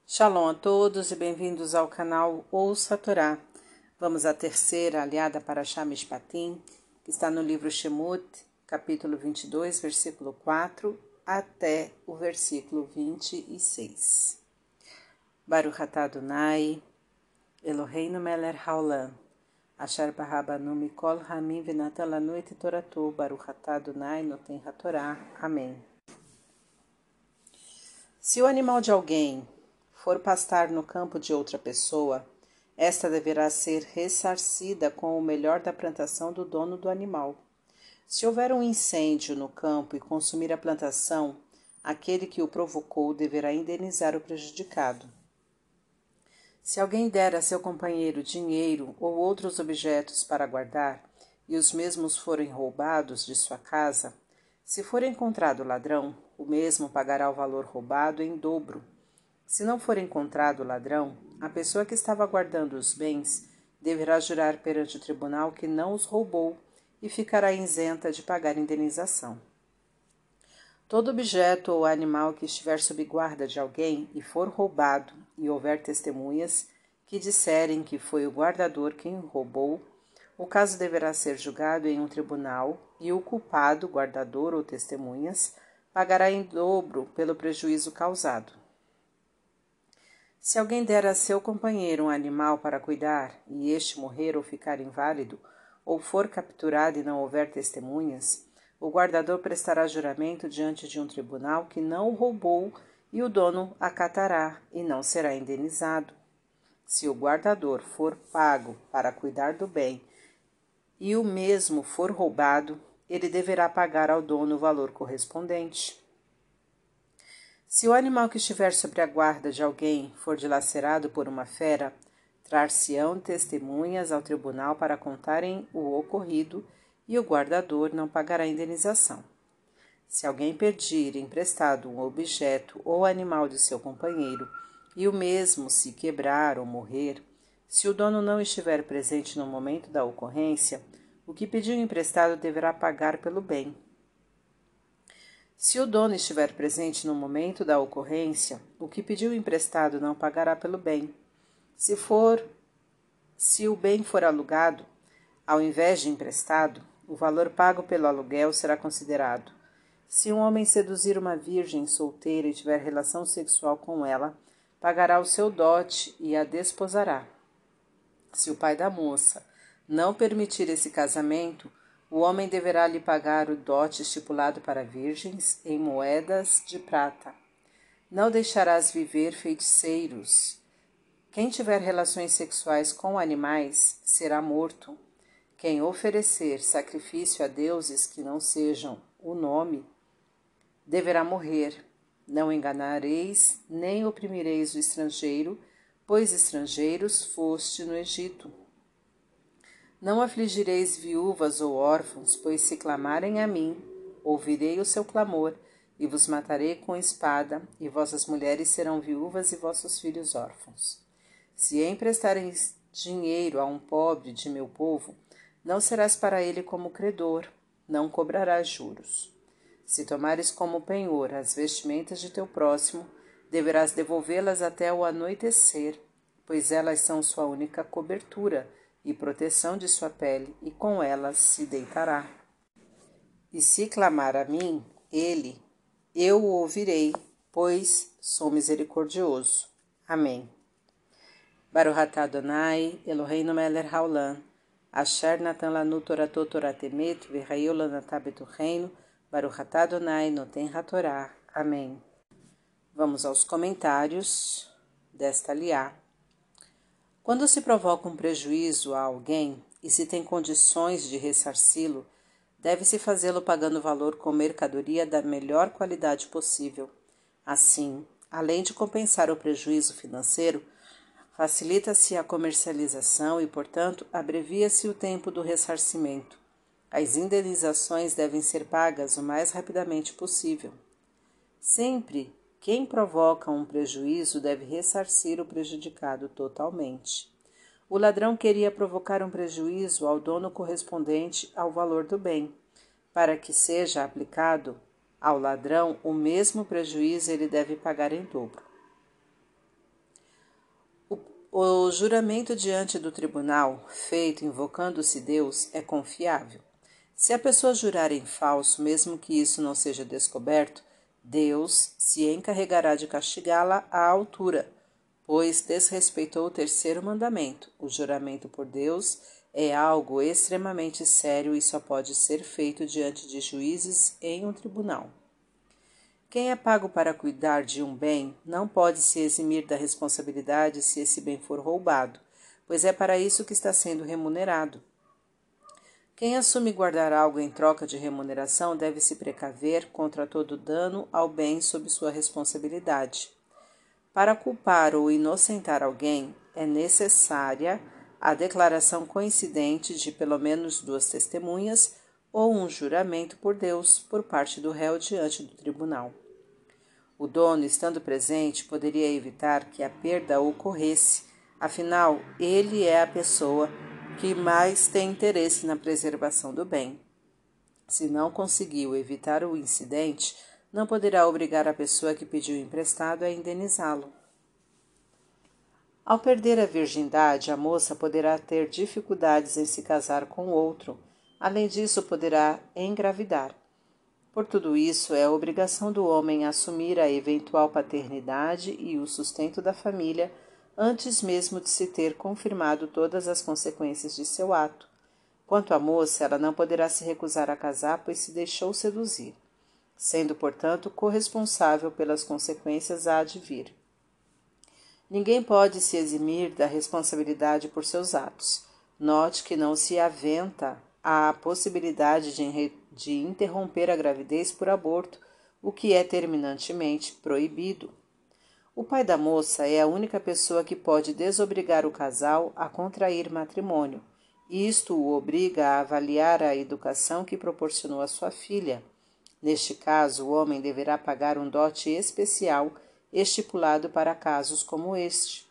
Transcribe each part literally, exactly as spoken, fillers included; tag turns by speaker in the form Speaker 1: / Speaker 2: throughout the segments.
Speaker 1: Shalom a todos e bem-vindos ao canal Ouça a Torá. Vamos à terceira aliada para Mishpatim, que está no livro Shemot, capítulo vinte e dois, versículo quatro, até o versículo vinte e seis. Baruch atah Adonai, Eloheinu melech haolam, asher barabanu mikol hamim venatan lanu et toratu, Baruch atah Adonai noten hatorá. Amém. Se o animal de alguém for pastar no campo de outra pessoa, esta deverá ser ressarcida com o melhor da plantação do dono do animal. Se houver um incêndio no campo e consumir a plantação, aquele que o provocou deverá indenizar o prejudicado. Se alguém der a seu companheiro dinheiro ou outros objetos para guardar, e os mesmos forem roubados de sua casa, se for encontrado o ladrão, o mesmo pagará o valor roubado em dobro. Se não for encontrado o ladrão, a pessoa que estava guardando os bens deverá jurar perante o tribunal que não os roubou e ficará isenta de pagar indenização. Todo objeto ou animal que estiver sob guarda de alguém e for roubado, e houver testemunhas que disserem que foi o guardador quem o roubou, o caso deverá ser julgado em um tribunal e o culpado, guardador ou testemunhas, pagará em dobro pelo prejuízo causado. Se alguém der a seu companheiro um animal para cuidar, e este morrer ou ficar inválido, ou for capturado e não houver testemunhas, o guardador prestará juramento diante de um tribunal que não o roubou e o dono acatará e não será indenizado. Se o guardador for pago para cuidar do bem e o mesmo for roubado, ele deverá pagar ao dono o valor correspondente. Se o animal que estiver sobre a guarda de alguém for dilacerado por uma fera, trar-se-ão testemunhas ao tribunal para contarem o ocorrido e o guardador não pagará indenização. Se alguém pedir emprestado um objeto ou animal de seu companheiro e o mesmo se quebrar ou morrer, se o dono não estiver presente no momento da ocorrência, o que pediu emprestado deverá pagar pelo bem. Se o dono estiver presente no momento da ocorrência, o que pediu emprestado não pagará pelo bem. Se for, se o bem for alugado, ao invés de emprestado, o valor pago pelo aluguel será considerado. Se um homem seduzir uma virgem solteira e tiver relação sexual com ela, pagará o seu dote e a desposará. Se o pai da moça não permitir esse casamento, o homem deverá lhe pagar o dote estipulado para virgens em moedas de prata. Não deixarás viver feiticeiros. Quem tiver relações sexuais com animais será morto. Quem oferecer sacrifício a deuses que não sejam o nome, deverá morrer. Não enganareis, nem oprimireis o estrangeiro, pois estrangeiros foste no Egito. Não afligireis viúvas ou órfãos, pois se clamarem a mim, ouvirei o seu clamor, e vos matarei com espada, e vossas mulheres serão viúvas e vossos filhos órfãos. Se emprestarem dinheiro a um pobre de meu povo, não serás para ele como credor, não cobrarás juros. Se tomares como penhor as vestimentas de teu próximo, deverás devolvê-las até o anoitecer, pois elas são sua única cobertura e proteção de sua pele, e com elas se deitará. E se clamar a mim, ele, eu o ouvirei, pois sou misericordioso. Amém. Baruch atah Adonai, Eloheinu melech haolam, asher natan lanu toratu torat emet, v'hayou lanatah betucheinu, Baruch atah Adonai noten hatorá. Amém. Vamos aos comentários desta aliá. Quando se provoca um prejuízo a alguém e se tem condições de ressarci-lo, deve-se fazê-lo pagando valor com mercadoria da melhor qualidade possível. Assim, além de compensar o prejuízo financeiro, facilita-se a comercialização e, portanto, abrevia-se o tempo do ressarcimento. As indenizações devem ser pagas o mais rapidamente possível. Sempre quem provoca um prejuízo deve ressarcir o prejudicado totalmente. O ladrão queria provocar um prejuízo ao dono correspondente ao valor do bem. Para que seja aplicado ao ladrão o mesmo prejuízo, ele deve pagar em dobro. O juramento diante do tribunal, feito invocando-se Deus, é confiável. Se a pessoa jurar em falso, mesmo que isso não seja descoberto, Deus se encarregará de castigá-la à altura, pois desrespeitou o terceiro mandamento. O juramento por Deus é algo extremamente sério e só pode ser feito diante de juízes em um tribunal. Quem é pago para cuidar de um bem não pode se eximir da responsabilidade se esse bem for roubado, pois é para isso que está sendo remunerado. Quem assume guardar algo em troca de remuneração deve se precaver contra todo dano ao bem sob sua responsabilidade. Para culpar ou inocentar alguém, é necessária a declaração coincidente de pelo menos duas testemunhas ou um juramento por Deus por parte do réu diante do tribunal. O dono, estando presente, poderia evitar que a perda ocorresse, afinal, ele é a pessoa que mais tem interesse na preservação do bem. Se não conseguiu evitar o incidente, não poderá obrigar a pessoa que pediu emprestado a indenizá-lo. Ao perder a virgindade, a moça poderá ter dificuldades em se casar com outro. Além disso, poderá engravidar. Por tudo isso, é obrigação do homem assumir a eventual paternidade e o sustento da família antes mesmo de se ter confirmado todas as consequências de seu ato. Quanto à moça, ela não poderá se recusar a casar, pois se deixou seduzir, sendo, portanto, corresponsável pelas consequências a advir. Ninguém pode se eximir da responsabilidade por seus atos. Note que não se aventa a possibilidade de, de interromper a gravidez por aborto, o que é terminantemente proibido. O pai da moça é a única pessoa que pode desobrigar o casal a contrair matrimônio. Isto o obriga a avaliar a educação que proporcionou à sua filha. Neste caso, o homem deverá pagar um dote especial estipulado para casos como este.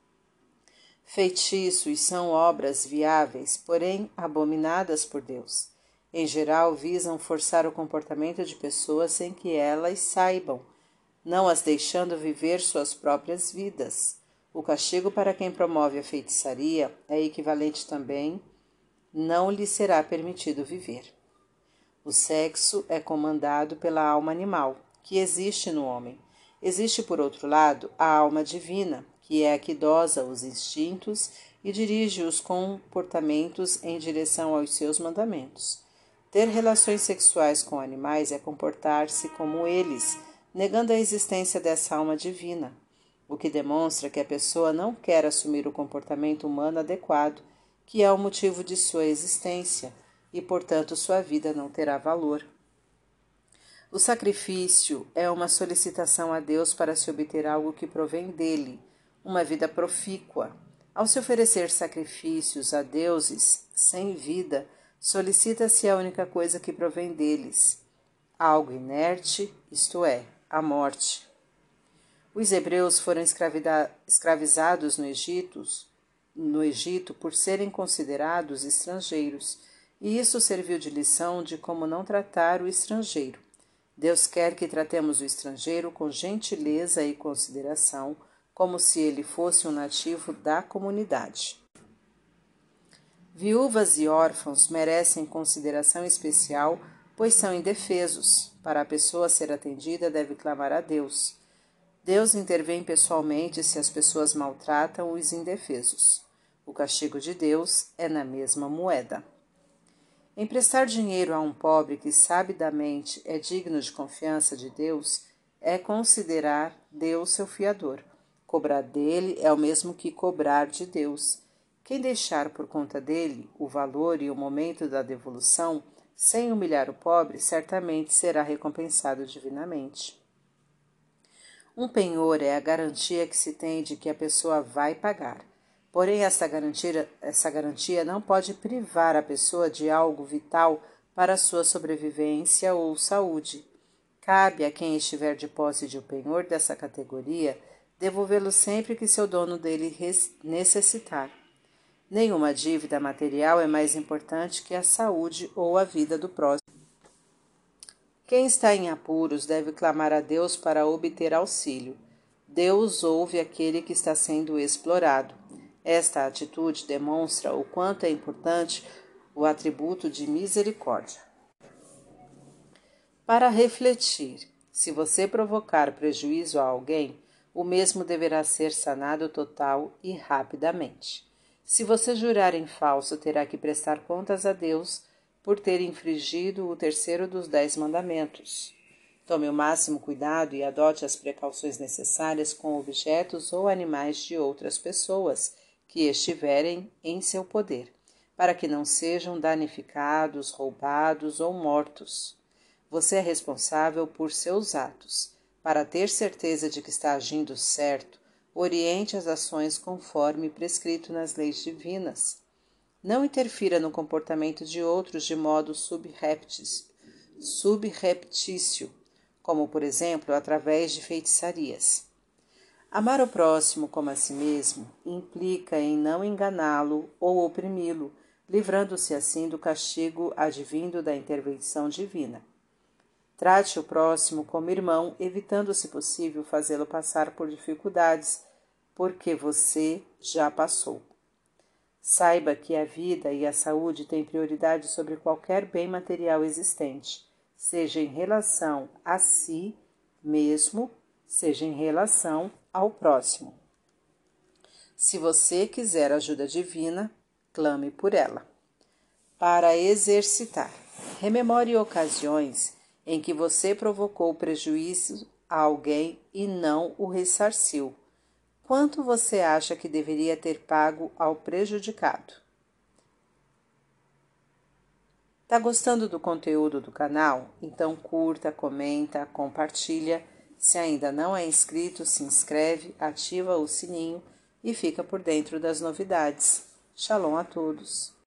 Speaker 1: Feitiços são obras viáveis, porém abominadas por Deus. Em geral, visam forçar o comportamento de pessoas sem que elas saibam, não as deixando viver suas próprias vidas. O castigo para quem promove a feitiçaria é equivalente também, não lhe será permitido viver. O sexo é comandado pela alma animal, que existe no homem. Existe, por outro lado, a alma divina, que é a que dosa os instintos e dirige os comportamentos em direção aos seus mandamentos. Ter relações sexuais com animais é comportar-se como eles, negando a existência dessa alma divina, o que demonstra que a pessoa não quer assumir o comportamento humano adequado, que é o motivo de sua existência, e, portanto, sua vida não terá valor. O sacrifício é uma solicitação a Deus para se obter algo que provém dele, uma vida profícua. Ao se oferecer sacrifícios a deuses sem vida, solicita-se a única coisa que provém deles, algo inerte, isto é, a morte. Os hebreus foram escravizados no Egito, no Egito por serem considerados estrangeiros, e isso serviu de lição de como não tratar o estrangeiro. Deus quer que tratemos o estrangeiro com gentileza e consideração, como se ele fosse um nativo da comunidade. Viúvas e órfãos merecem consideração especial, pois são indefesos. Para a pessoa ser atendida, deve clamar a Deus. Deus intervém pessoalmente se as pessoas maltratam os indefesos. O castigo de Deus é na mesma moeda. Emprestar dinheiro a um pobre que sabidamente é digno de confiança de Deus é considerar Deus seu fiador. Cobrar dele é o mesmo que cobrar de Deus. Quem deixar por conta dele o valor e o momento da devolução, sem humilhar o pobre, certamente será recompensado divinamente. Um penhor é a garantia que se tem de que a pessoa vai pagar. Porém, essa garantia, essa garantia não pode privar a pessoa de algo vital para a sua sobrevivência ou saúde. Cabe a quem estiver de posse de um penhor dessa categoria devolvê-lo sempre que seu dono dele necessitar. Nenhuma dívida material é mais importante que a saúde ou a vida do próximo. Quem está em apuros deve clamar a Deus para obter auxílio. Deus ouve aquele que está sendo explorado. Esta atitude demonstra o quanto é importante o atributo de misericórdia. Para refletir, se você provocar prejuízo a alguém, o mesmo deverá ser sanado total e rapidamente. Se você jurar em falso, terá que prestar contas a Deus por ter infringido o terceiro dos dez mandamentos. Tome o máximo cuidado e adote as precauções necessárias com objetos ou animais de outras pessoas que estiverem em seu poder, para que não sejam danificados, roubados ou mortos. Você é responsável por seus atos. Para ter certeza de que está agindo certo, oriente as ações conforme prescrito nas leis divinas. Não interfira no comportamento de outros de modo subreptício, subreptício, como, por exemplo, através de feitiçarias. Amar o próximo como a si mesmo implica em não enganá-lo ou oprimi-lo, livrando-se assim do castigo advindo da intervenção divina. Trate o próximo como irmão, evitando, se possível, fazê-lo passar por dificuldades, porque você já passou. Saiba que a vida e a saúde têm prioridade sobre qualquer bem material existente, seja em relação a si mesmo, seja em relação ao próximo. Se você quiser ajuda divina, clame por ela. Para exercitar, rememore ocasiões em que você provocou prejuízo a alguém e não o ressarciu. Quanto você acha que deveria ter pago ao prejudicado? Tá gostando do conteúdo do canal? Então curta, comenta, compartilha. Se ainda não é inscrito, se inscreve, ativa o sininho e fica por dentro das novidades. Shalom a todos!